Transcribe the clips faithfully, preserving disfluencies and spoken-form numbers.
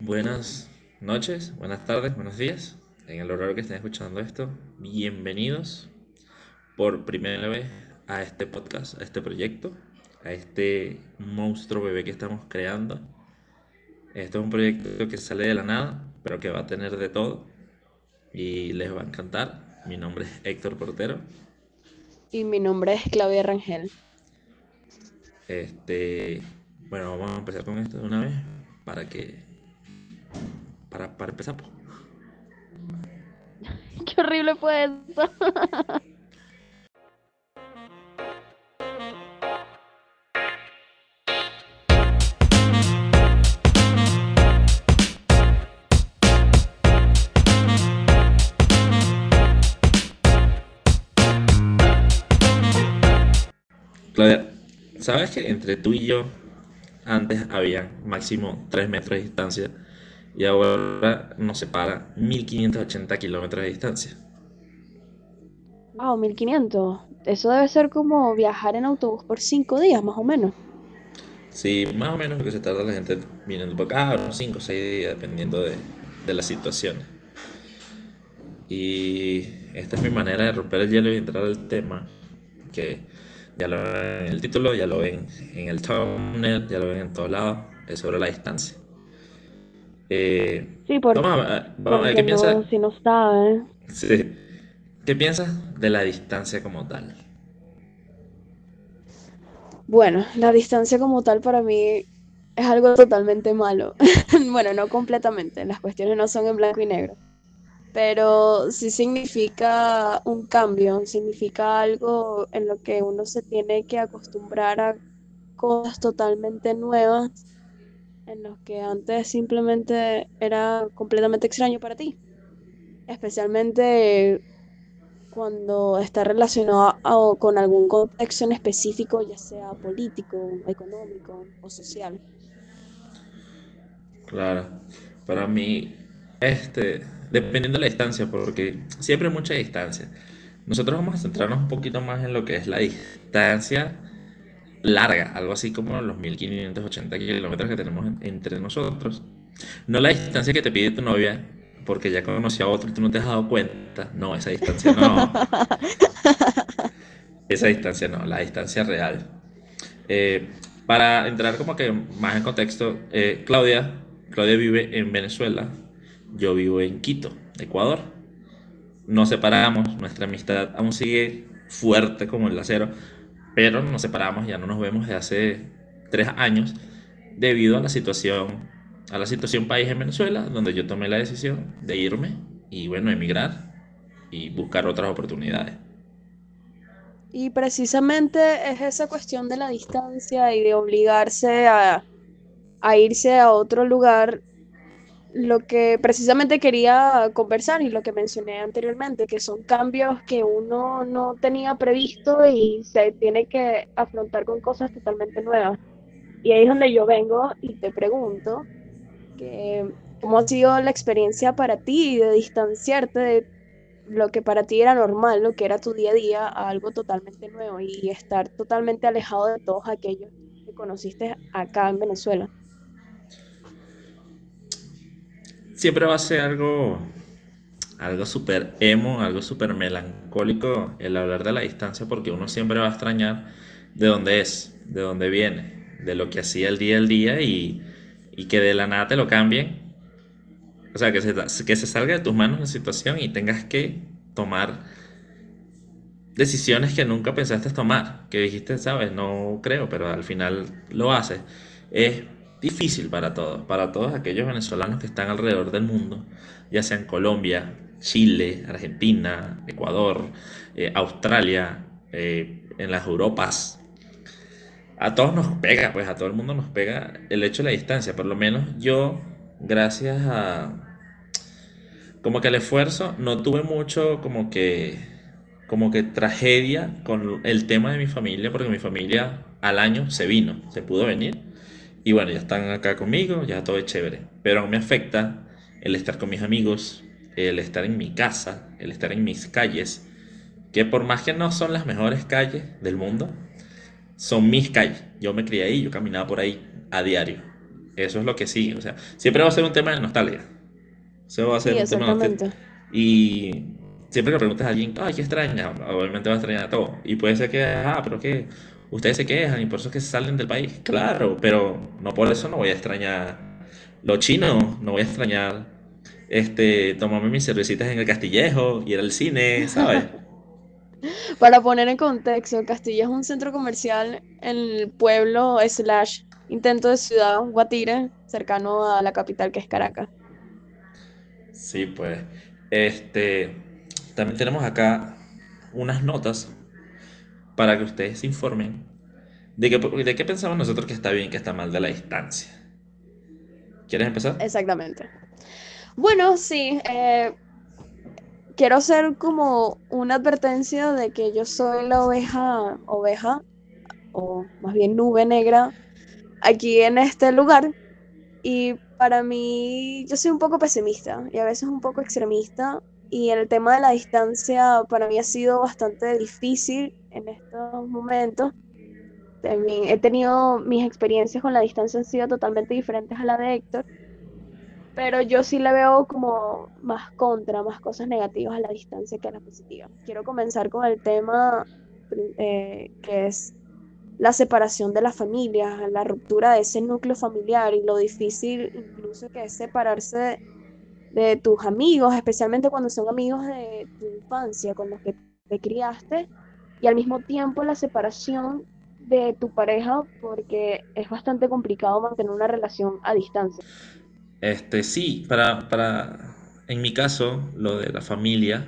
Buenas noches, buenas tardes, buenos días. En el horario que estén escuchando esto, bienvenidos por primera vez a este podcast, a este proyecto, a este monstruo bebé que estamos creando. Esto es un proyecto que sale de la nada, pero que va a tener de todo y les va a encantar. Mi nombre es Héctor Portero. Y mi nombre es Claudia Rangel. Este, bueno, vamos a empezar con esto de una vez para que, para, para empezar, pues. Qué horrible fue eso. Claudia, ¿sabes que entre tú y yo antes había máximo tres metros de distancia y ahora nos separa mil quinientos ochenta kilómetros de distancia? Wow, mil quinientos. Eso debe ser como viajar en autobús por cinco días, más o menos. Sí, más o menos lo que se tarda la gente viniendo por acá, unos cinco o seis días, dependiendo de, de la situación. Y esta es mi manera de romper el hielo y entrar al tema, que ya lo ven en el título, ya lo ven en el thumbnail, ya lo ven en todos lados, es sobre la distancia. Eh, Sí, por, vamos, a, ver- vamos a ver porque qué piensa. no, si no sabe. Sí. ¿Qué piensas de la distancia como tal? Bueno, la distancia como tal para mí es algo totalmente malo. Bueno, no completamente, las cuestiones no son en blanco y negro, pero sí significa un cambio, significa algo en lo que uno se tiene que acostumbrar a cosas totalmente nuevas en los que antes simplemente era completamente extraño para ti, especialmente cuando está relacionado a- con algún contexto en específico, ya sea político, económico o social. Claro, para mí, este, dependiendo de la distancia, porque siempre hay mucha distancia. Nosotros vamos a centrarnos un poquito más en lo que es la distancia larga, algo así como los mil quinientos ochenta kilómetros que tenemos en- entre nosotros. No la distancia que te pide tu novia, porque ya conoció a otro y tú no te has dado cuenta. No, esa distancia no. Esa distancia no, la distancia real. Eh, para entrar como que más en contexto, eh, Claudia, Claudia vive en Venezuela, yo vivo en Quito, Ecuador. Nos separamos, nuestra amistad aún sigue fuerte como el acero, pero nos separamos, ya no nos vemos desde hace tres años debido a la situación, a la situación país en Venezuela, donde yo tomé la decisión de irme y bueno, emigrar y buscar otras oportunidades. Y precisamente es esa cuestión de la distancia y de obligarse a, a irse a otro lugar lo que precisamente quería conversar y lo que mencioné anteriormente, que son cambios que uno no tenía previsto y se tiene que afrontar con cosas totalmente nuevas. Y ahí es donde yo vengo y te pregunto que, ¿cómo ha sido la experiencia para ti de distanciarte de lo que para ti era normal, lo que era tu día a día, a algo totalmente nuevo y estar totalmente alejado de todos aquellos que conociste acá en Venezuela? Siempre va a ser algo algo súper emo, algo súper melancólico el hablar de la distancia porque uno siempre va a extrañar de dónde es, de dónde viene, de lo que hacía el día al día y, y que de la nada te lo cambien. O sea, que se, que se salga de tus manos la situación y tengas que tomar decisiones que nunca pensaste tomar, que dijiste, sabes, no creo, pero al final lo haces. Es difícil para todos, para todos aquellos venezolanos que están alrededor del mundo, ya sea en Colombia, Chile, Argentina, Ecuador, eh, Australia, eh, en las Europas. A todos nos pega, pues a todo el mundo nos pega el hecho de la distancia. Por lo menos yo, gracias a, como que el esfuerzo, no tuve mucho como que como que tragedia con el tema de mi familia, porque mi familia al año se vino, se pudo venir y bueno, ya están acá conmigo, ya todo es chévere, pero aún me afecta el estar con mis amigos, el estar en mi casa, el estar en mis calles, que por más que no son las mejores calles del mundo, son mis calles. Yo me crié ahí, yo caminaba por ahí a diario. Eso es lo que sigue. O sea, siempre va a ser un tema de nostalgia. Eso va a ser Sí, un tema de nostalgia. exactamente. Y siempre que preguntas a alguien, ay, ¿qué extraña? Obviamente va a extrañar todo. Y puede ser que, ah, pero que ustedes se quejan y por eso es que se salen del país. Claro, pero no por eso no voy a extrañar lo chino, no voy a extrañar este, tomarme mis cervecitas en el Castillejo, ir al cine, ¿sabes? Para poner en contexto, Castilla es un centro comercial en el pueblo slash intento de ciudad Guatire, cercano a la capital que es Caracas. Sí, pues. Este, también tenemos acá unas notas para que ustedes se informen de, que, de qué pensamos nosotros que está bien, que está mal de la distancia. ¿Quieres empezar? Exactamente. Bueno, sí, eh, quiero hacer como una advertencia de que yo soy la oveja, oveja, o más bien nube negra, aquí en este lugar. Y para mí, yo soy un poco pesimista y a veces un poco extremista. Y en el tema de la distancia, para mí ha sido bastante difícil en estos momentos. También he tenido mis experiencias con la distancia han sido totalmente diferentes a la de Héctor, pero yo sí le veo como más contra, más cosas negativas a la distancia que a las positivas. Quiero comenzar con el tema eh, que es la separación de las familias, la ruptura de ese núcleo familiar y lo difícil incluso que es separarse de tus amigos, especialmente cuando son amigos de tu infancia, con los que te criaste, y al mismo tiempo la separación de tu pareja, porque es bastante complicado mantener una relación a distancia. Este, sí, para, para, en mi caso, lo de la familia,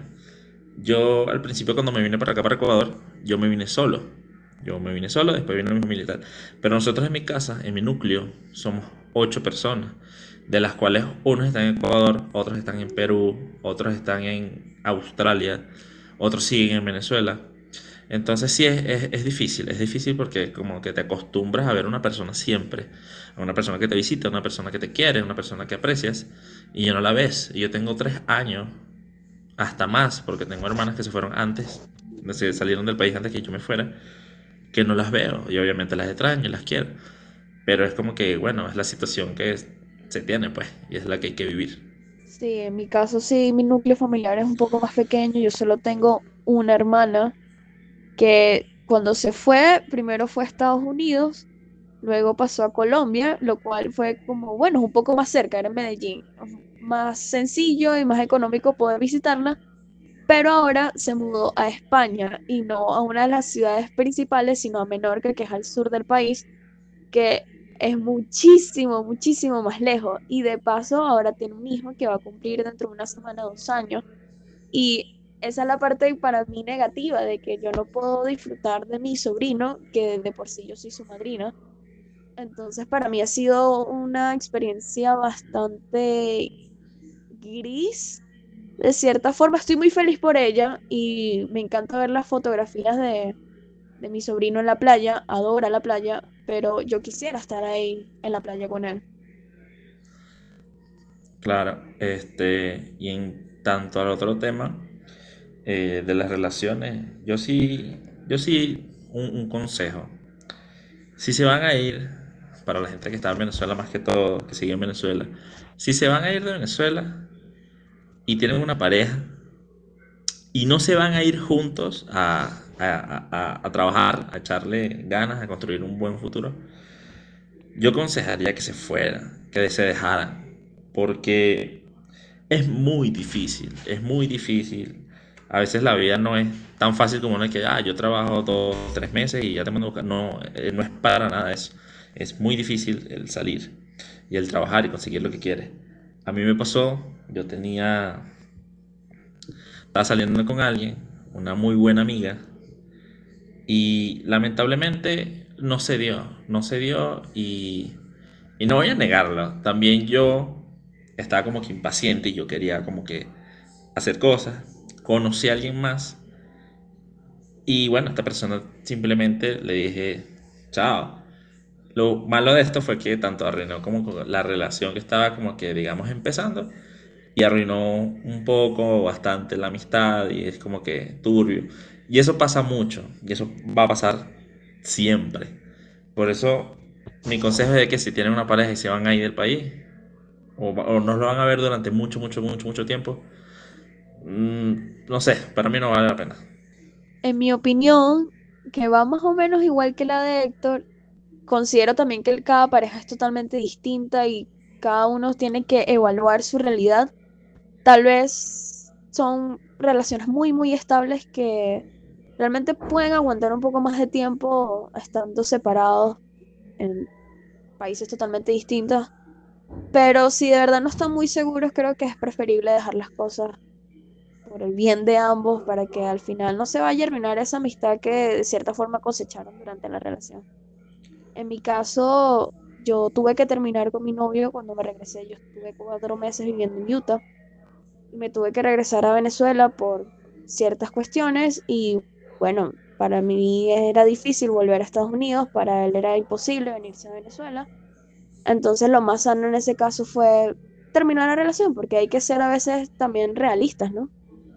yo al principio cuando me vine para acá, para Ecuador, yo me vine solo. Yo me vine solo, después vino mi familia y tal. Pero nosotros en mi casa, en mi núcleo, somos ocho personas, de las cuales unos están en Ecuador, otros están en Perú, otros están en Australia, otros siguen en Venezuela. Entonces sí es, es, es difícil, es difícil porque como que te acostumbras a ver una persona siempre, a una persona que te visita, a una persona que te quiere, a una persona que aprecias, y ya no la ves. Y yo tengo tres años, hasta más, porque tengo hermanas que se fueron antes, se salieron del país antes que yo me fuera, que no las veo, y obviamente las extraño y las quiero. Pero es como que, bueno, es la situación que es- se tiene, pues, y es la que hay que vivir. Sí, en mi caso sí, mi núcleo familiar es un poco más pequeño, yo solo tengo una hermana que cuando se fue, primero fue a Estados Unidos, luego pasó a Colombia, lo cual fue como, bueno, un poco más cerca, era en Medellín, más sencillo y más económico poder visitarla, pero ahora se mudó a España y no a una de las ciudades principales, sino a Menorca, que es al sur del país, que es muchísimo, muchísimo más lejos. Y de paso, ahora tiene un hijo que va a cumplir dentro de una semana, dos años. Y esa es la parte para mí negativa, de que yo no puedo disfrutar de mi sobrino, que de por sí yo soy su madrina. Entonces, para mí ha sido una experiencia bastante gris. De cierta forma, estoy muy feliz por ella y me encanta ver las fotografías de, de mi sobrino en la playa, adora la playa, pero yo quisiera estar ahí en la playa con él. Claro, este, y en tanto al otro tema eh, de las relaciones, yo sí, yo sí, un, un consejo. Si se van a ir, para la gente que está en Venezuela más que todo, que sigue en Venezuela, si se van a ir de Venezuela y tienen una pareja y no se van a ir juntos a, a- a- a trabajar, a echarle ganas, a construir un buen futuro, yo aconsejaría que se fueran, que se dejaran, porque es muy difícil, es muy difícil. A veces la vida no es tan fácil como uno que, ah, yo trabajo dos, tres meses y ya te mando a buscar. No, eh, no es para nada eso. Es muy difícil el salir y el trabajar y conseguir lo que quieres. A mí me pasó, yo tenía, estaba saliendo con alguien, una muy buena amiga, y lamentablemente no se dio, no se dio y, y no voy a negarlo. También yo estaba como que impaciente y yo quería como que hacer cosas. Conocí a alguien más y bueno, a esta persona simplemente le dije chao. Lo malo de esto fue que tanto arruinó como la relación que estaba como que digamos empezando y arruinó un poco, bastante la amistad y es como que turbio. Y eso pasa mucho y eso va a pasar siempre. Por eso Mi consejo es de que si tienen una pareja y se van a ir del país, o, va- o no lo van a ver durante mucho, mucho, mucho, mucho tiempo, mm, no sé, para mí no vale la pena. En mi opinión, que va más o menos igual que la de Héctor, considero también que el- cada pareja es totalmente distinta y cada uno tiene que evaluar su realidad. Tal vez son relaciones muy, muy estables que realmente pueden aguantar un poco más de tiempo estando separados en países totalmente distintos. Pero si de verdad no están muy seguros, creo que es preferible dejar las cosas por el bien de ambos para que al final no se vaya a arruinar esa amistad que de cierta forma cosecharon durante la relación. En mi caso, yo tuve que terminar con mi novio cuando me regresé. Yo estuve cuatro meses viviendo en Utah y me tuve que regresar a Venezuela por ciertas cuestiones y bueno, para mí era difícil volver a Estados Unidos, para él era imposible venirse a Venezuela. Entonces lo más sano en ese caso fue terminar la relación, porque hay que ser a veces también realistas, ¿no?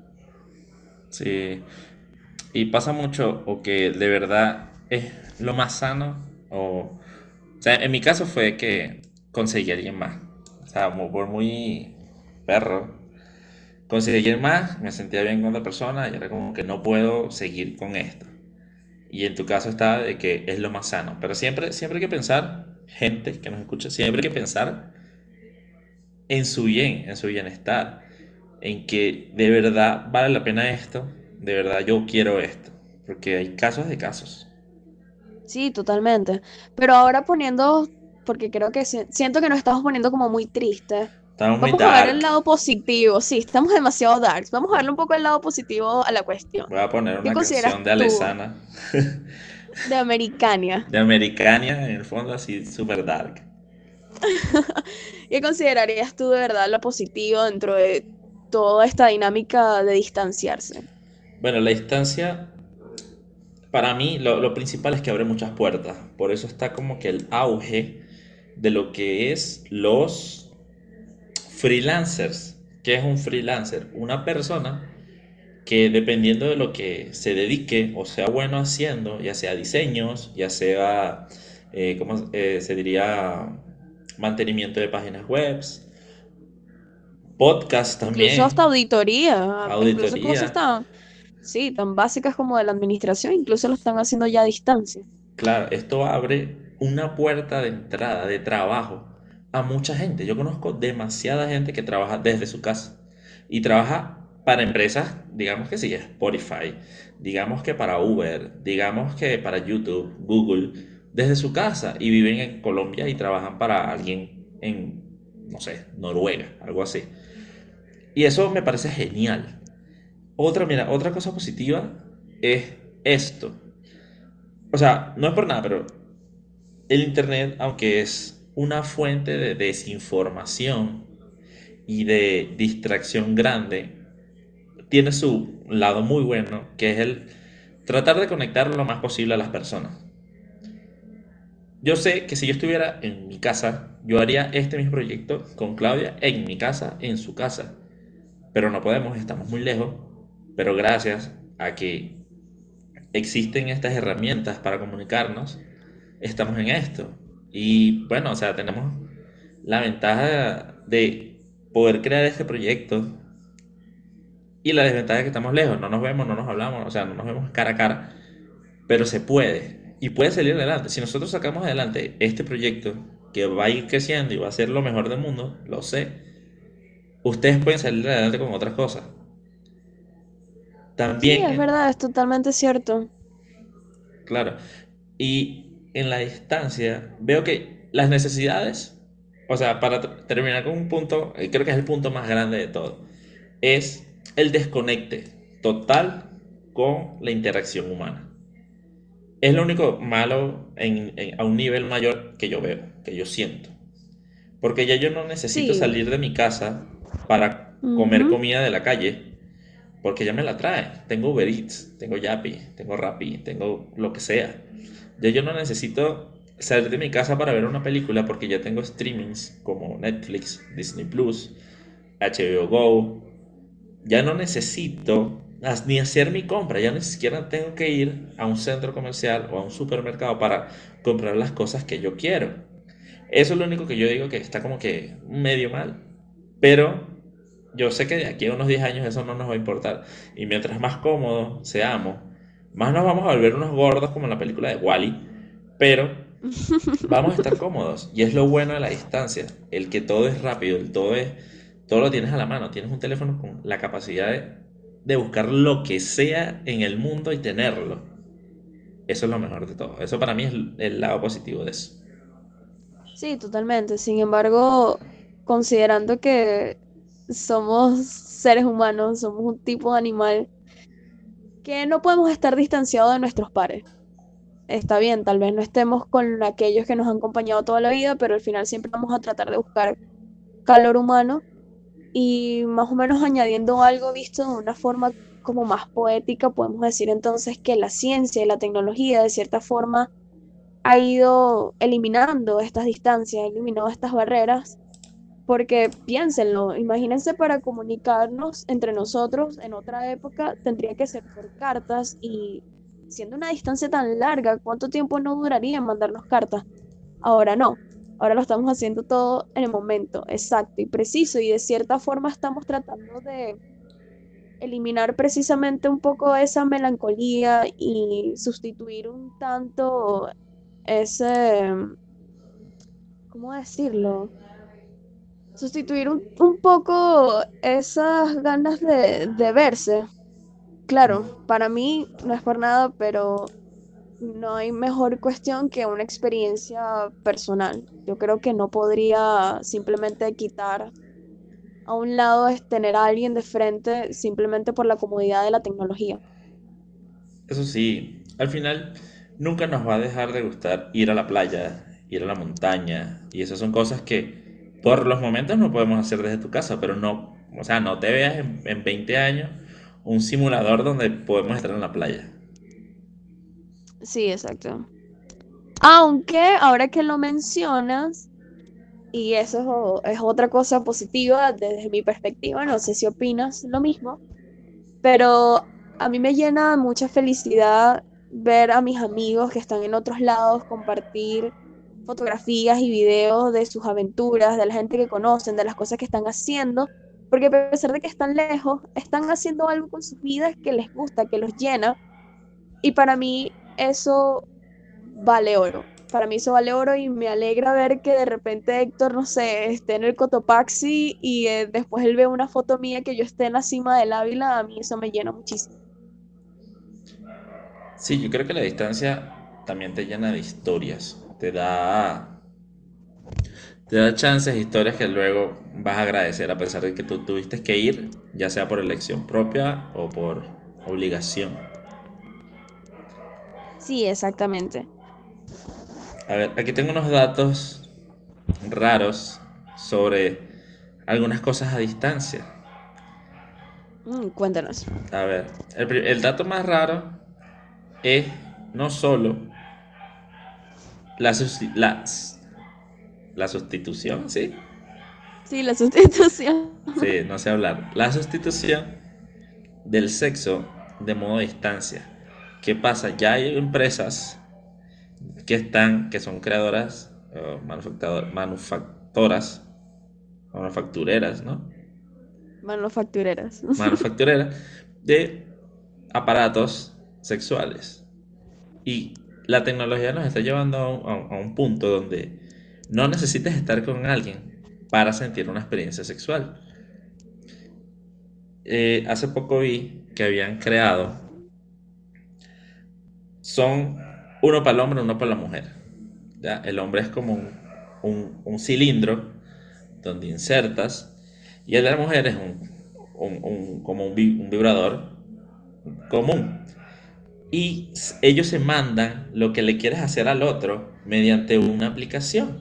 Sí, y pasa mucho o que de verdad es lo más sano o, o sea, en mi caso fue que conseguí a alguien más. O sea, mo- por muy perro, conseguí a alguien más, me sentía bien con otra persona y era como que no puedo seguir con esto. Y en tu caso está de que es lo más sano. Pero siempre, siempre hay que pensar, gente que nos escucha, siempre hay que pensar en su bien, en su bienestar, en que de verdad vale la pena esto, de verdad yo quiero esto, porque hay casos de casos. Sí, totalmente. Pero ahora poniendo, porque creo que si- siento que nos estamos poniendo como muy tristes, Estamos muy vamos a ver el dark. lado positivo. Sí, estamos demasiado darks. Vamos a verle un poco el lado positivo a la cuestión. Voy a poner ¿Qué una consideras canción de tú Alesana, de Americania? de Americania, en el fondo así super dark. ¿Qué considerarías tú de verdad lo positivo dentro de toda esta dinámica de distanciarse? Bueno, la distancia, para mí, lo, lo principal es que abre muchas puertas. Por eso está como que el auge de lo que es los freelancers. ¿Qué es un freelancer? Una persona que dependiendo de lo que se dedique o sea bueno haciendo, ya sea diseños, ya sea, eh, ¿cómo eh, se diría? Mantenimiento de páginas web, podcast Incluso hasta también, auditoría, incluso cosas auditoría. tan, sí, tan básicas como de la administración, incluso lo están haciendo ya a distancia. Claro, esto abre una puerta de entrada de trabajo a mucha gente. Yo conozco demasiada gente que trabaja desde su casa y trabaja para empresas, digamos que sí, Spotify, digamos que para Uber, digamos que para YouTube, Google, desde su casa y viven en Colombia y trabajan para alguien en, no sé, Noruega, algo así. Y eso me parece genial. Otra, mira, otra cosa positiva es esto. O sea, no es por nada, pero el Internet, aunque es una fuente de desinformación y de distracción grande, tiene su lado muy bueno, que es el tratar de conectar lo más posible a las personas. Yo sé que si yo estuviera en mi casa, yo haría este mismo proyecto con Claudia en mi casa, en su casa. Pero no podemos, estamos muy lejos. Pero gracias a que existen estas herramientas para comunicarnos, estamos en esto. Y bueno, o sea, tenemos la ventaja de poder crear este proyecto y la desventaja es que estamos lejos, no nos vemos, no nos hablamos, o sea, no nos vemos cara a cara, pero se puede y puede salir adelante. Si nosotros sacamos adelante este proyecto que va a ir creciendo y va a ser lo mejor del mundo, lo sé, ustedes pueden salir adelante con otras cosas. Sí, También, es eh, verdad, es totalmente cierto. claro, y en la distancia veo que las necesidades, o sea, para t- terminar con un punto, eh, creo que es el punto más grande de todo, es el desconecte total con la interacción humana. Es lo único malo en- en- a un nivel mayor que yo veo, que yo siento. Porque ya yo no necesito Sí. salir de mi casa para comer Ujú. comida de la calle, porque ya me la trae. Tengo Uber Eats, tengo Yapi, tengo Rappi, tengo lo que sea. Ya yo no necesito salir de mi casa para ver una película porque ya tengo streamings como Netflix, Disney Plus, H B O Go. Ya no necesito as- ni hacer mi compra, ya ni siquiera tengo que ir a un centro comercial o a un supermercado para comprar las cosas que yo quiero. Eso es lo único que yo digo que está como que medio mal. Pero yo sé que de aquí a unos diez años eso no nos va a importar. Y mientras más cómodos seamos, más nos vamos a volver unos gordos como en la película de Wall-E. Pero vamos a estar cómodos. Y es lo bueno de la distancia. El que todo es rápido, el todo es, todo lo tienes a la mano. Tienes un teléfono con la capacidad de, de buscar lo que sea en el mundo y tenerlo. Eso es lo mejor de todo. Eso para mí es el el lado positivo de eso. Sí, totalmente. Sin embargo, considerando que somos seres humanos, somos un tipo de animal que no podemos estar distanciados de nuestros pares. Está bien, tal vez no estemos con aquellos que nos han acompañado toda la vida, pero al final siempre vamos a tratar de buscar calor humano y más o menos añadiendo algo visto de una forma como más poética, podemos decir entonces que la ciencia y la tecnología de cierta forma ha ido eliminando estas distancias, ha eliminado estas barreras, porque piénsenlo, imagínense para comunicarnos entre nosotros en otra época tendría que ser por cartas y siendo una distancia tan larga, ¿cuánto tiempo no duraría en mandarnos cartas? Ahora no, ahora lo estamos haciendo todo en el momento exacto y preciso y de cierta forma estamos tratando de eliminar precisamente un poco esa melancolía y sustituir un tanto ese, ¿cómo decirlo? Sustituir un, un poco esas ganas de, de verse. Claro, para mí no es por nada, pero no hay mejor cuestión que una experiencia personal. Yo creo que no podría simplemente quitar a un lado es tener a alguien de frente simplemente por la comodidad de la tecnología. Eso sí, al final nunca nos va a dejar de gustar ir a la playa, ir a la montaña, y esas son cosas que por los momentos no podemos hacer desde tu casa, pero no, o sea, no te veas en, en veinte años un simulador donde podemos estar en la playa. Sí, exacto. Aunque ahora que lo mencionas, y eso es, o- es otra cosa positiva desde mi perspectiva, no sé si opinas lo mismo, pero a mí me llena mucha felicidad ver a mis amigos que están en otros lados compartir fotografías y videos de sus aventuras, de la gente que conocen, de las cosas que están haciendo, porque a pesar de que están lejos, están haciendo algo con sus vidas que les gusta, que los llena, y para mí eso vale oro. Para mí eso vale oro y me alegra ver que de repente Héctor, no sé, esté en el Cotopaxi y eh, después él ve una foto mía que yo esté en la cima del Ávila, a mí eso me llena muchísimo. Sí, yo creo que la distancia también te llena de historias, te da, te da chances, historias que luego vas a agradecer a pesar de que tú tuviste que ir, ya sea por elección propia o por obligación. Sí, exactamente. A ver, aquí tengo unos datos raros sobre algunas cosas a distancia. Mm, cuéntanos. A ver, el, pri- el dato más raro es no solo la, susti- la, la sustitución, ¿sí? Sí, la sustitución. Sí, no sé hablar. La sustitución del sexo de modo distancia. ¿Qué pasa? Ya hay empresas que están, que son creadoras, eh, manufactado- manufactoras, manufactureras, ¿no? Manufactureras. Manufactureras de aparatos sexuales. Y la tecnología nos está llevando a un, a un- a un punto donde no necesitas estar con alguien para sentir una experiencia sexual. Eh, hace poco vi que habían creado, son uno para el hombre, uno para la mujer. ¿Ya? El hombre es como un, un- un cilindro donde insertas y el de la mujer es un, un- un- como un, vi- un vibrador común. Y ellos se mandan lo que le quieres hacer al otro mediante una aplicación.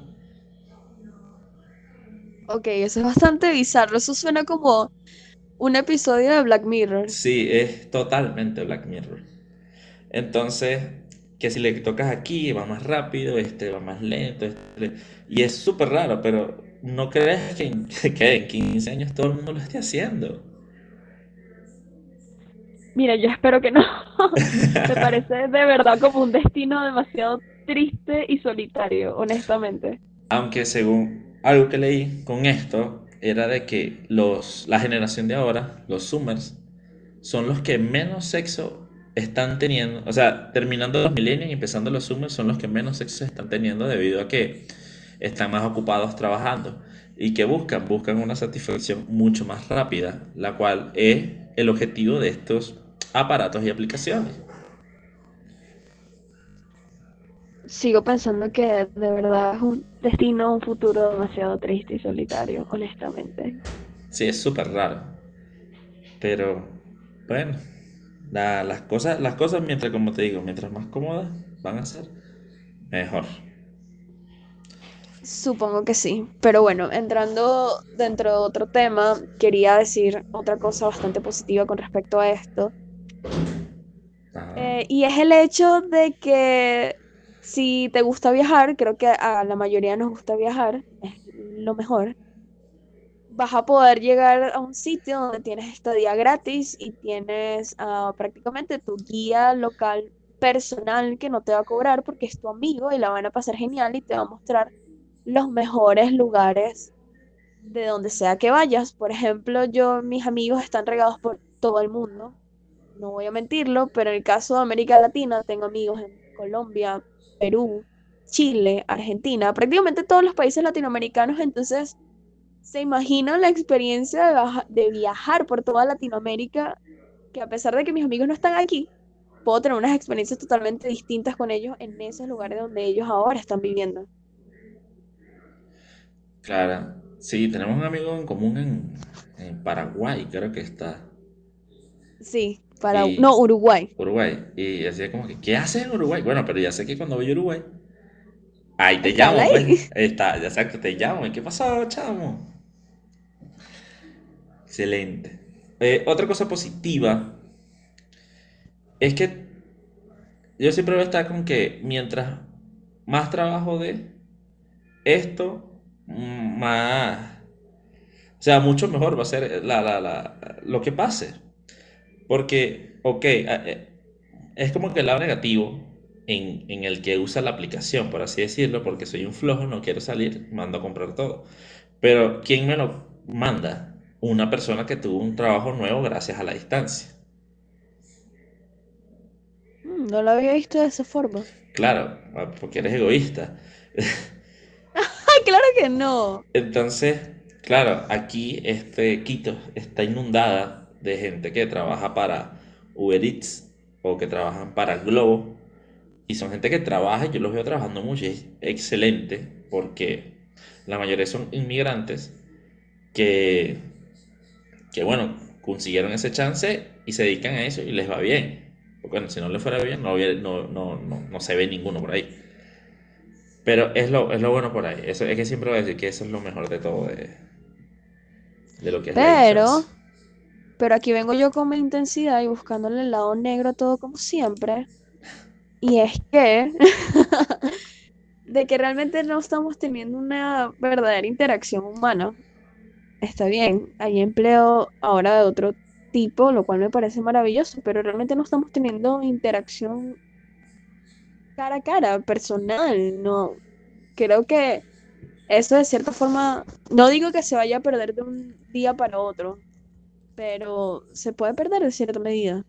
Ok, eso es bastante bizarro. Eso suena como un episodio de Black Mirror. Sí, es totalmente Black Mirror. Entonces, que si le tocas aquí va más rápido, este va más lento, este- y es súper raro, pero no crees que en, que en quince años todo el mundo lo esté haciendo. Mira, yo espero que no. Me parece de verdad como un destino demasiado triste y solitario, honestamente. Aunque según algo que leí con esto, era de que los, la generación de ahora, los Zoomers, son los que menos sexo están teniendo. O sea, terminando los millennials y empezando los Zoomers, son los que menos sexo están teniendo debido a que están más ocupados trabajando. Y que buscan, buscan una satisfacción mucho más rápida, la cual es el objetivo de estos aparatos y aplicaciones. Sigo pensando que de verdad es un destino, un futuro demasiado triste y solitario, honestamente. Sí, es súper raro. Pero bueno, la- las cosas, las cosas mientras, como te digo, mientras más cómodas van a ser, mejor. Supongo que sí. Pero bueno, entrando dentro de otro tema, quería decir otra cosa bastante positiva con respecto a esto. Ajá. Eh, y es el hecho de que si te gusta viajar, creo que a la mayoría nos gusta viajar, es lo mejor. Vas a poder llegar a un sitio donde tienes estadía gratis y tienes ah, prácticamente tu guía local personal que no te va a cobrar porque es tu amigo y la van a pasar genial y te va a mostrar los mejores lugares de donde sea que vayas. Por ejemplo, yo, mis amigos están regados por todo el mundo, no voy a mentirlo, pero en el caso de América Latina, tengo amigos en Colombia, Perú, Chile, Argentina, prácticamente todos los países latinoamericanos, entonces se imaginan la experiencia de, baja- de viajar por toda Latinoamérica, que a pesar de que mis amigos no están aquí, puedo tener unas experiencias totalmente distintas con ellos en esos lugares donde ellos ahora están viviendo. Claro, sí, tenemos un amigo en común en, en Paraguay, creo que está. Sí, para... Y No, Uruguay. Uruguay. Y decía como que, ¿qué haces en Uruguay? Bueno, pero ya sé que cuando voy a Uruguay, ahí te Está él llamo, pues. ahí. Ahí está, ya sabes que te llamo. ¿Y qué pasó, chamo? Excelente. Eh, otra cosa positiva es que yo siempre voy a estar con que mientras más trabajo de esto, mm, más, o sea, mucho mejor va a ser la, la, la- lo que pase. Porque, ok, a- eh, es como que el lado negativo en, en el que usa la aplicación, por así decirlo, porque soy un flojo, no quiero salir, mando a comprar todo. Pero, ¿quién me lo manda? Una persona que tuvo un trabajo nuevo gracias a la distancia. Mm, no lo había visto de esa forma. Claro, ah, porque eres egoísta. ¡Ay, claro que no! Entonces, claro, aquí este Quito está inundada de gente que trabaja para Uber Eats o que trabajan para Globo. Y son gente que trabaja, yo los veo trabajando mucho, y es excelente, porque la mayoría son inmigrantes que, que, bueno, consiguieron ese chance y se dedican a eso y les va bien. Porque bueno, si no les fuera bien, no, hubiera- no, no, no, no se ve ninguno por ahí. Pero es lo, es lo bueno por ahí. Eso, es que siempre voy a decir que eso es lo mejor de todo, de, de lo que es la distancia. Pero, pero aquí vengo yo con mi intensidad y buscándole el lado negro a todo como siempre. Y es que, de que realmente no estamos teniendo una verdadera interacción humana. Está bien, hay empleo ahora de otro tipo, lo cual me parece maravilloso, pero realmente no estamos teniendo interacción cara a cara, personal, no. Creo que eso de cierta forma, no digo que se vaya a perder de un día para otro, pero se puede perder de cierta medida.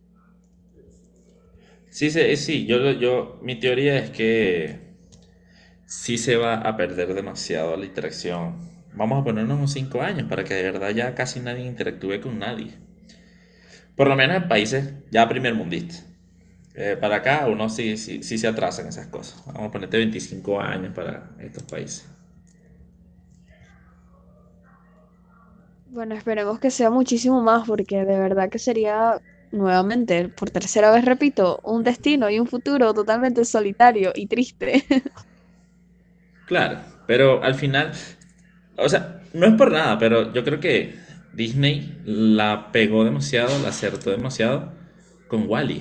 Sí, sí, sí, yo, yo, mi teoría es que sí se va a perder demasiado la interacción. Vamos a ponernos unos cinco años para que de verdad ya casi nadie interactúe con nadie. Por lo menos en países ya primermundistas. Eh, para acá uno sí, sí, sí se atrasan esas cosas. Vamos a ponerte veinticinco años para estos países. Bueno, esperemos que sea muchísimo más, porque de verdad que sería, nuevamente, por tercera vez repito, un destino y un futuro totalmente solitario y triste. Claro, pero al final, o sea, no es por nada, pero yo creo que Disney la pegó demasiado, la acertó demasiado con Wally.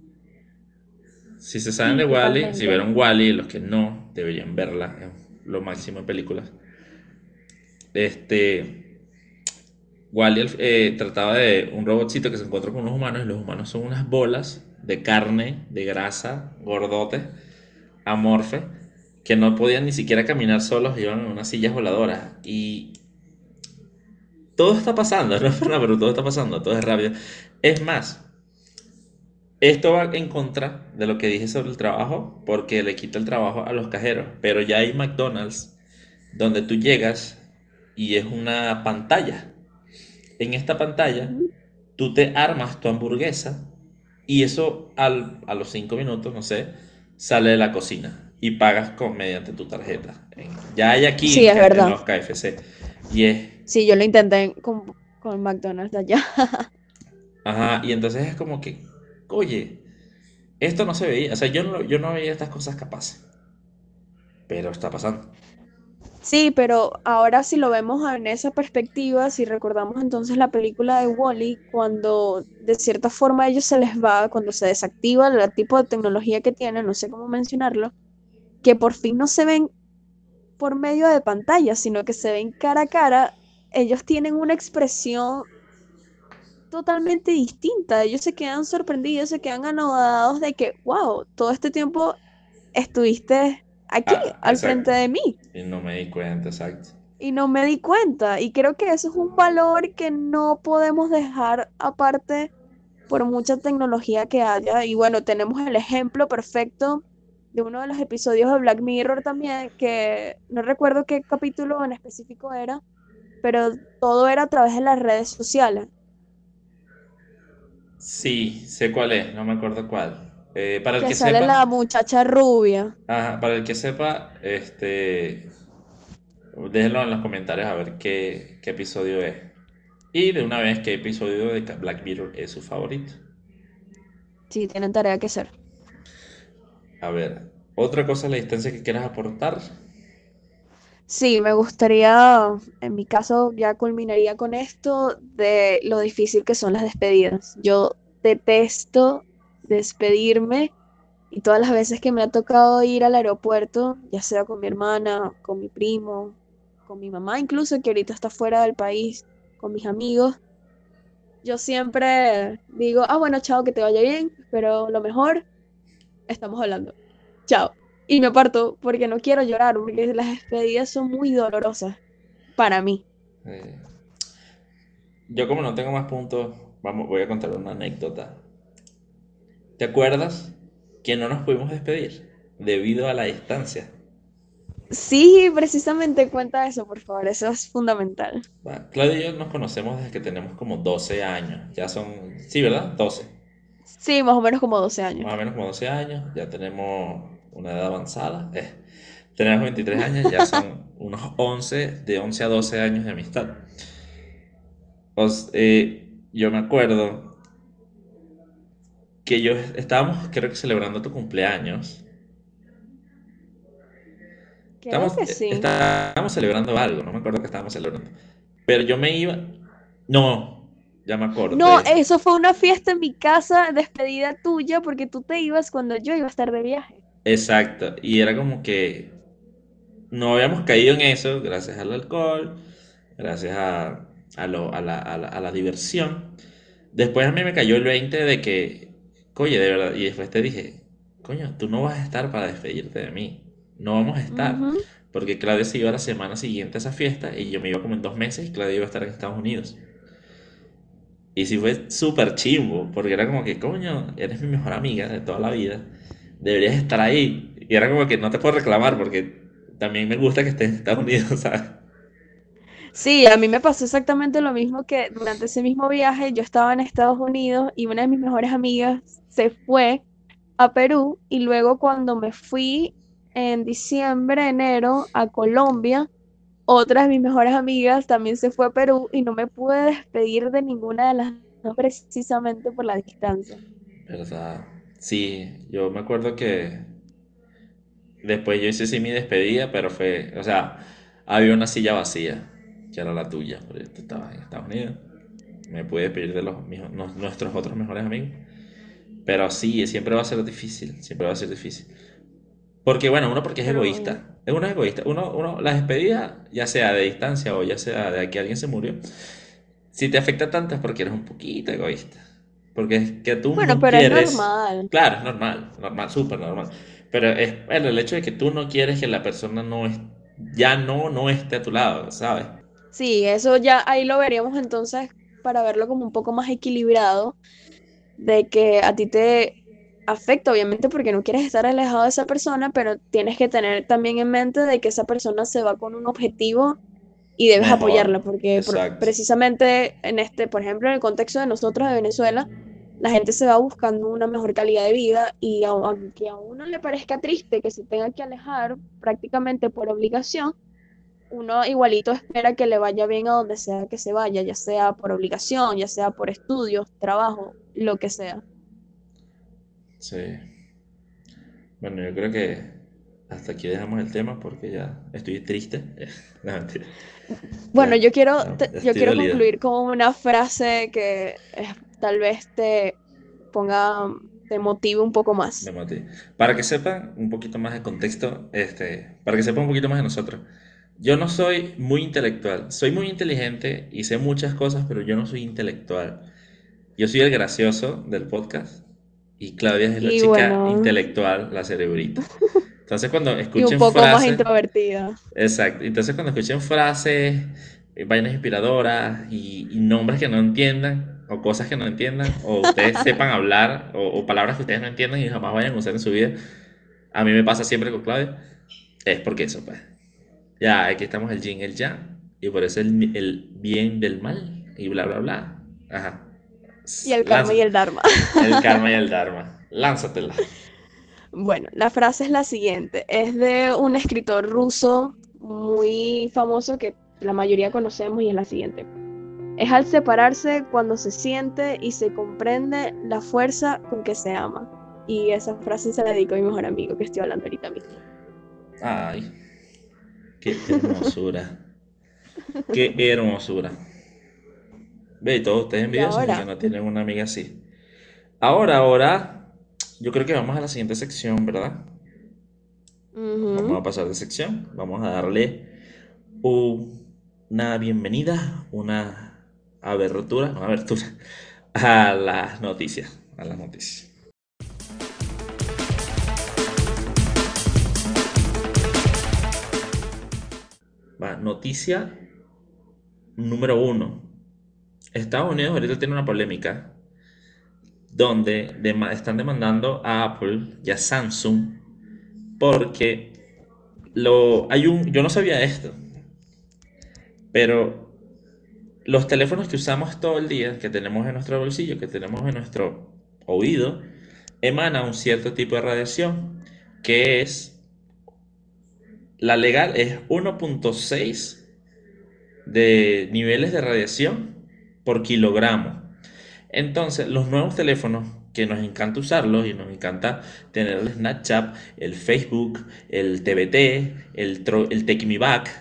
Si se saben de Sí, Wally, si totalmente. vieron Wally, los que no, deberían verla, es lo máximo en películas. Este, Wally eh, trataba de un robotcito que se encuentra con unos humanos y los humanos son unas bolas de carne, de grasa, gordotes, amorfe, que no podían ni siquiera caminar solos, iban en unas sillas voladoras. Y todo está pasando, no es por nada, pero todo está pasando, todo es rápido. Es más, esto va en contra de lo que dije sobre el trabajo, porque le quita el trabajo a los cajeros. Pero ya hay McDonald's donde tú llegas y es una pantalla. En esta pantalla, Ujú. tú te armas tu hamburguesa y eso al- a los cinco minutos, no sé, sale de la cocina y pagas con, mediante tu tarjeta. En- ya hay aquí Sí, en, es K- en verdad. los K F C. Y es, Sí, yo lo intenté con, con McDonald's de allá. ajá, y entonces es como que, oye, esto no se veía, o sea, yo no, yo no veía estas cosas capaces, pero está pasando. Sí, pero ahora si lo vemos en esa perspectiva, si recordamos entonces la película de Wall-E, cuando de cierta forma a ellos se les va, cuando se desactiva el tipo de tecnología que tienen, no sé cómo mencionarlo, que por fin no se ven por medio de pantalla, sino que se ven cara a cara, ellos tienen una expresión totalmente distinta. Ellos se quedan sorprendidos, se quedan anodados de que, wow, todo este tiempo estuviste aquí, Ah, al frente exacto. de mí. Y no me di cuenta, exacto. Y no me di cuenta. Y creo que eso es un valor que no podemos dejar aparte por mucha tecnología que haya. Y bueno, tenemos el ejemplo perfecto de uno de los episodios de Black Mirror también, que no recuerdo qué capítulo en específico era, pero todo era a través de las redes sociales. Sí, sé cuál es, no me acuerdo cuál. Eh, para el Que que sale la sepa, muchacha rubia. ajá, para el que sepa, este, déjenlo en los comentarios a ver qué, qué episodio es. Y de una vez, qué episodio de Black Mirror es su favorito. Sí, tienen tarea que hacer. A ver, otra cosa a la distancia que quieras aportar. Sí, me gustaría, en mi caso ya culminaría con esto de lo difícil que son las despedidas. Yo detesto despedirme y todas las veces que me ha tocado ir al aeropuerto, ya sea con mi hermana, con mi primo, con mi mamá incluso, que ahorita está fuera del país, con mis amigos, yo siempre digo, ah, bueno, chao, que te vaya bien, pero lo mejor, estamos hablando. Chao. Y me aparto porque no quiero llorar, porque las despedidas son muy dolorosas para mí. Eh, yo como no tengo más puntos, vamos, voy a contar una anécdota. ¿Te acuerdas que no nos pudimos despedir debido a la distancia? Sí, precisamente cuenta eso, por favor, eso es fundamental. Va, Claudia y yo nos conocemos desde que tenemos como doce años. Ya son, sí, ¿verdad? Doce. Sí, más o menos como doce años. Más o menos como doce años. Ya tenemos una edad avanzada. Eh, tenemos veintitrés años, ya son unos once de once a doce años de amistad. Os- eh, yo me acuerdo que yo estábamos, creo que celebrando tu cumpleaños. Creo Estábamos, que eh, sí. estábamos celebrando algo, no me acuerdo qué estábamos celebrando. Pero yo me iba. No, ya me No, acordé. eso fue una fiesta en mi casa, despedida tuya, porque tú te ibas cuando yo iba a estar de viaje. Exacto. Y era como que no habíamos caído en eso gracias al alcohol, gracias a, a, lo- a la, a la- a la diversión. Después a mí me cayó el veinte de que, oye, de verdad, y después te dije, coño, tú no vas a estar para despedirte de mí, no vamos a estar, Ujú. porque Claudia se iba la semana siguiente a esa fiesta y yo me iba como en dos meses y Claudia iba a estar en Estados Unidos. Y sí fue súper chimbo, porque era como que, coño, eres mi mejor amiga de toda la vida, deberías estar ahí. Y era como que no te puedo reclamar porque también me gusta que estés en Estados Unidos, ¿sabes? Sí, a mí me pasó exactamente lo mismo que durante ese mismo viaje yo estaba en Estados Unidos y una de mis mejores amigas se fue a Perú y luego cuando me fui en diciembre, enero a Colombia, otra de mis mejores amigas también se fue a Perú y no me pude despedir de ninguna de las dos precisamente por la distancia. ¿Verdad? Sí, yo me acuerdo que después yo hice sí mi despedida, pero fue, o sea, había una silla vacía, que era la tuya, porque tú estabas en Estados Unidos. Me pude despedir de los, mis- nos- nuestros otros mejores amigos. Pero sí, siempre va a ser difícil, siempre va a ser difícil. Porque bueno, uno porque es Pero bueno, egoísta. Uno es egoísta. Uno, uno, la despedida, ya sea de distancia o ya sea de que alguien se murió, Si te afecta tanto es porque eres un poquito egoísta. Porque es que tú Bueno, no pero es quieres. normal. Claro, es normal, normal, súper normal. Pero es bueno, el hecho de que tú no quieres que la persona no es, ya no, no esté a tu lado, ¿sabes? Sí, eso ya ahí lo veríamos entonces para verlo como un poco más equilibrado, de que a ti te afecta, obviamente, porque no quieres estar alejado de esa persona, pero tienes que tener también en mente de que esa persona se va con un objetivo y debes Mejor, apoyarla, porque por- exacto. precisamente en este, por ejemplo, en el contexto de nosotros de Venezuela, la gente se va buscando una mejor calidad de vida y au- aunque a uno le parezca triste que se tenga que alejar prácticamente por obligación, uno igualito espera que le vaya bien a donde sea que se vaya, ya sea por obligación, ya sea por estudios, trabajo, lo que sea. Sí. Bueno, yo creo que hasta aquí dejamos el tema porque ya estoy triste. No, mentira. Bueno, Ya, yo quiero, ya, te- ya yo estoy quiero dolido. concluir con una frase que eh, tal vez te ponga, te motive un poco Me más. maté. Para que sepan un poquito más de contexto, este, para que sepan un poquito más de nosotros. Yo no soy muy intelectual. Soy muy inteligente y sé muchas cosas, pero yo no soy intelectual. Yo soy el gracioso del podcast y Claudia es la Y chica bueno, intelectual, la cerebrita. Entonces cuando y un escuchen poco más frases, introvertida. exacto, entonces cuando escuchen frases, eh, vainas inspiradoras y, y nombres que no entiendan, o cosas que no entiendan, o ustedes sepan hablar, o, o palabras que ustedes no entiendan y jamás vayan a usar en su vida, a mí me pasa siempre con Claudia, es porque eso, pues. Ya, aquí estamos el yin, el yang, y por eso el, el bien del mal, y bla, bla, bla. Ajá. Y el karma y Lánzate. el dharma. El karma y el dharma. Lánzatela. Bueno, la frase es la siguiente. Es de un escritor ruso muy famoso que la mayoría conocemos y es la siguiente. Es al separarse cuando se siente y se comprende la fuerza con que se ama. Y esa frase se la dedico a mi mejor amigo que estoy hablando ahorita mismo. Ay, qué hermosura. Qué hermosura. Ve, y todos ustedes Y envidiosos de que ahora, no tienen una amiga así. Ahora, ahora, yo creo que vamos a la siguiente sección, ¿verdad? Vamos ujú, a pasar de sección. Vamos a darle un- una bienvenida, una abertura, una abertura a las noticias. A las noticias. Va, noticia número uno. Estados Unidos ahorita tiene una polémica donde dema- están demandando a Apple y a Samsung porque lo, hay un, yo no sabía esto, pero los teléfonos que usamos todo el día, que tenemos en nuestro bolsillo, que tenemos en nuestro oído, emana un cierto tipo de radiación que es, la legal es uno punto seis de niveles de radiación por kilogramo. Entonces, los nuevos teléfonos que nos encanta usarlos y nos encanta tener el Snapchat, el Facebook, el T B T, el, tro- el Take Me Back,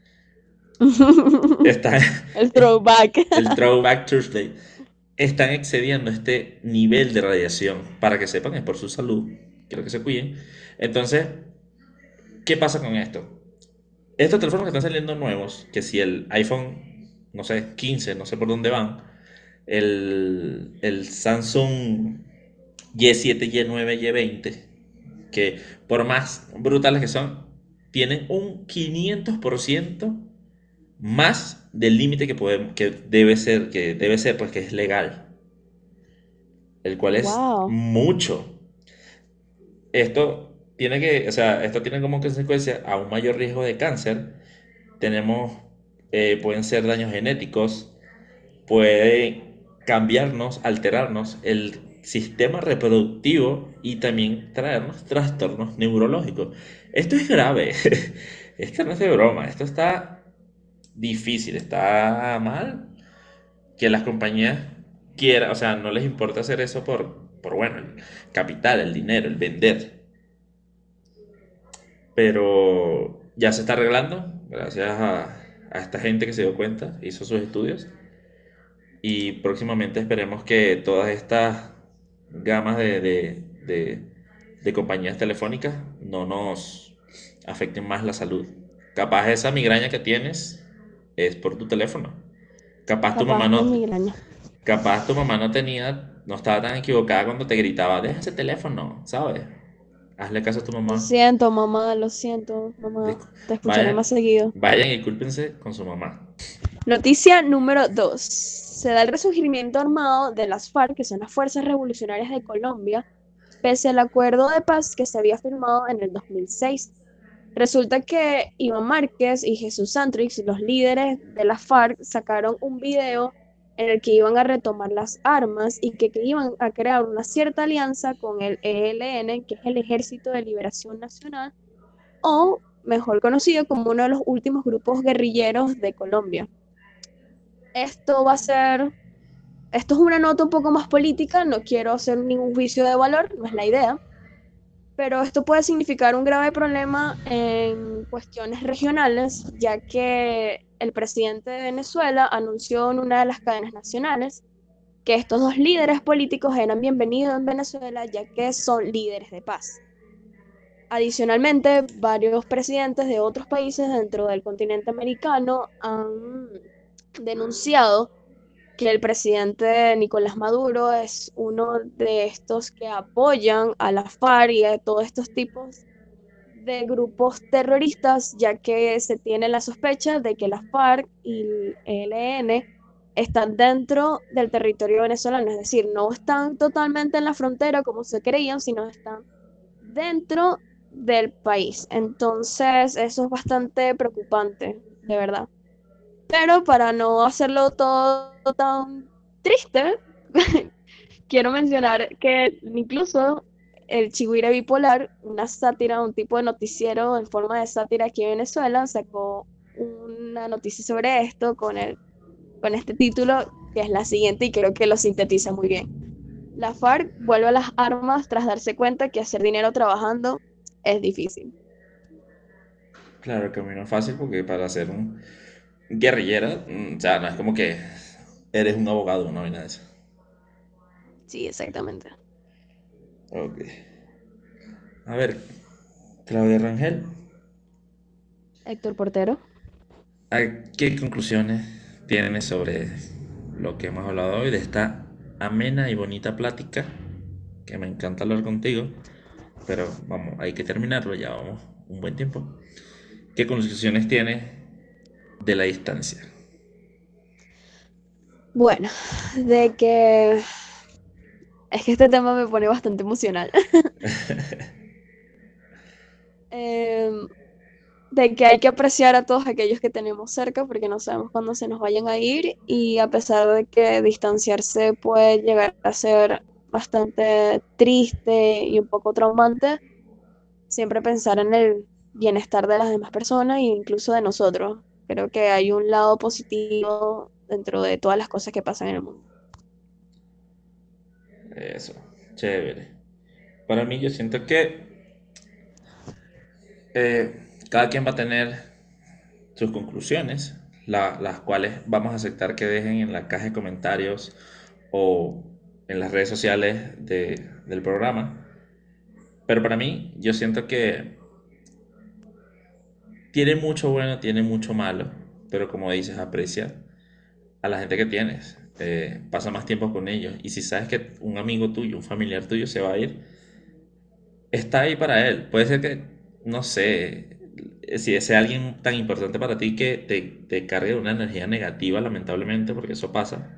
están, el throwback. el Throwback Thursday, están excediendo este nivel de radiación. Para que sepan, es por su salud, quiero que se cuiden. Entonces, ¿qué pasa con esto? Estos teléfonos que están saliendo nuevos, que si el iPhone, no sé, quince, no sé por dónde van, el, el Samsung Y siete, Y nueve, Y veinte, que por más brutales que son, tienen un quinientos por ciento más del límite que, podemos, que debe ser, que debe ser, pues que es legal, el cual es Wow. mucho. Esto tiene que, o sea, esto tiene como consecuencia a un mayor riesgo de cáncer. Tenemos, eh, pueden ser daños genéticos, puede cambiarnos, alterarnos el sistema reproductivo y también traernos trastornos neurológicos. Esto es grave, esto no es de broma, esto está difícil, está mal que las compañías quieran, o sea, no les importa hacer eso por, por bueno, el capital, el dinero, el vender, pero ya se está arreglando gracias a, a esta gente que se dio cuenta, hizo sus estudios. Y próximamente esperemos que todas estas gamas de, de, de- de compañías telefónicas no nos afecten más la salud. Capaz esa migraña que tienes es por tu teléfono. Capaz tu mamá capaz no, de migraña. capaz tu mamá no tenía, no estaba tan equivocada cuando te gritaba, deja ese teléfono, ¿sabes? Hazle caso a tu Lo mamá. siento, mamá, lo siento, mamá. Discu- Te escucharé Vayan, más seguido. vayan y cúlpense con su mamá. Noticia número dos. Se da el resurgimiento armado de las FARC, que son las Fuerzas Revolucionarias de Colombia, pese al acuerdo de paz que se había firmado en el dos mil seis. Resulta que Iván Márquez y Jesús Santrich, los líderes de las FARC, sacaron un video en el que iban a retomar las armas y que, que iban a crear una cierta alianza con el E L N, que es el Ejército de Liberación Nacional, o mejor conocido como uno de los últimos grupos guerrilleros de Colombia. Esto va a ser, esto es una nota un poco más política, no quiero hacer ningún juicio de valor, no es la idea, pero esto puede significar un grave problema en cuestiones regionales, ya que el presidente de Venezuela anunció en una de las cadenas nacionales que estos dos líderes políticos eran bienvenidos en Venezuela, ya que son líderes de paz. Adicionalmente, varios presidentes de otros países dentro del continente americano han denunciado que el presidente Nicolás Maduro es uno de estos que apoyan a la FARC y a todos estos tipos de grupos terroristas, ya que se tiene la sospecha de que la FARC y el E L N están dentro del territorio venezolano, es decir, no están totalmente en la frontera como se creían, sino están dentro del país. Entonces, eso es bastante preocupante, de verdad. Pero para no hacerlo todo tan triste, quiero mencionar que incluso el Chigüire Bipolar, una sátira, un tipo de noticiero en forma de sátira aquí en Venezuela, sacó una noticia sobre esto con el, con este título, que es la siguiente y creo que lo sintetiza muy bien. La FARC vuelve a las armas tras darse cuenta que hacer dinero trabajando es difícil. Claro, el camino es fácil porque para ser un guerrillero, mm, o sea, no es como que eres un abogado, no hay nada de eso. Sí, exactamente. Ok. A ver, Claudia Rangel, Héctor Portero. ¿a qué conclusiones tienes sobre lo que hemos hablado hoy de esta amena y bonita plática? Que me encanta hablar contigo, pero vamos, hay que terminarlo, ya vamos un buen tiempo. ¿Qué conclusiones tienes de la distancia? Bueno, de que es que este tema me pone bastante emocional. Em, de que hay que apreciar a todos aquellos que tenemos cerca porque no sabemos cuándo se nos vayan a ir y a pesar de que distanciarse puede llegar a ser bastante triste y un poco traumante, siempre pensar en el bienestar de las demás personas e incluso de nosotros. Creo que hay un lado positivo dentro de todas las cosas que pasan en el mundo. Eso, chévere. Para mí yo siento que eh, cada quien va a tener sus conclusiones, la- las cuales vamos a aceptar que dejen en la caja de comentarios o en las redes sociales de- del programa. Pero para mí yo siento que tiene mucho bueno, tiene mucho malo, pero como dices, aprecia a la gente que tienes, eh, pasa más tiempo con ellos. Y si sabes que un amigo tuyo, un familiar tuyo se va a ir, está ahí para él. Puede ser que, no sé, si sea alguien tan importante para ti que te, te cargue de una energía negativa, lamentablemente, porque eso pasa.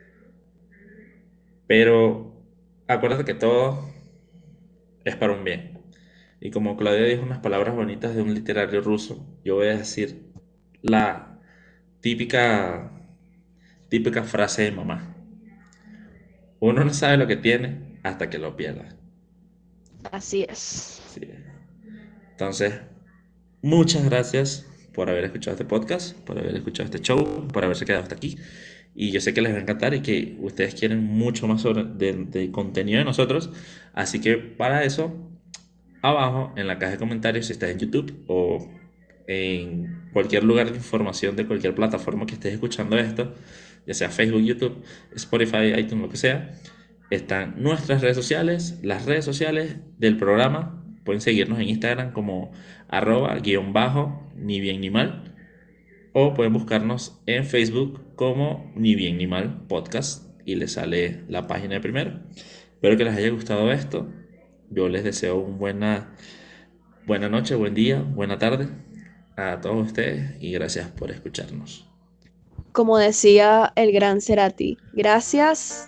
Pero acuérdate que todo es para un bien. Y como Claudia dijo unas palabras bonitas de un literario ruso, yo voy a decir la típica, típica frase de mamá. Uno no sabe lo que tiene hasta que lo pierde. Así es. Sí. Entonces, muchas gracias por haber escuchado este podcast, por haber escuchado este show, por haberse quedado hasta aquí. Y yo sé que les va a encantar y que ustedes quieren mucho más sobre de, de contenido de nosotros. Así que para eso, abajo en la caja de comentarios, si estás en YouTube o en cualquier lugar de información de cualquier plataforma que estés escuchando esto, ya sea Facebook, YouTube, Spotify, iTunes, lo que sea, están nuestras redes sociales, las redes sociales del programa. Pueden seguirnos en Instagram como arroba guión bajo ni bien ni mal. o pueden buscarnos en Facebook como Ni Bien Ni Mal Podcast y les sale la página de primero. Espero que les haya gustado esto. Yo les deseo una buena, buena noche, buen día, buena tarde a todos ustedes y gracias por escucharnos. Como decía el gran Cerati, gracias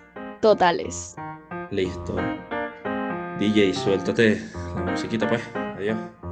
totales. Listo. D J, suéltate la musiquita pues. Adiós.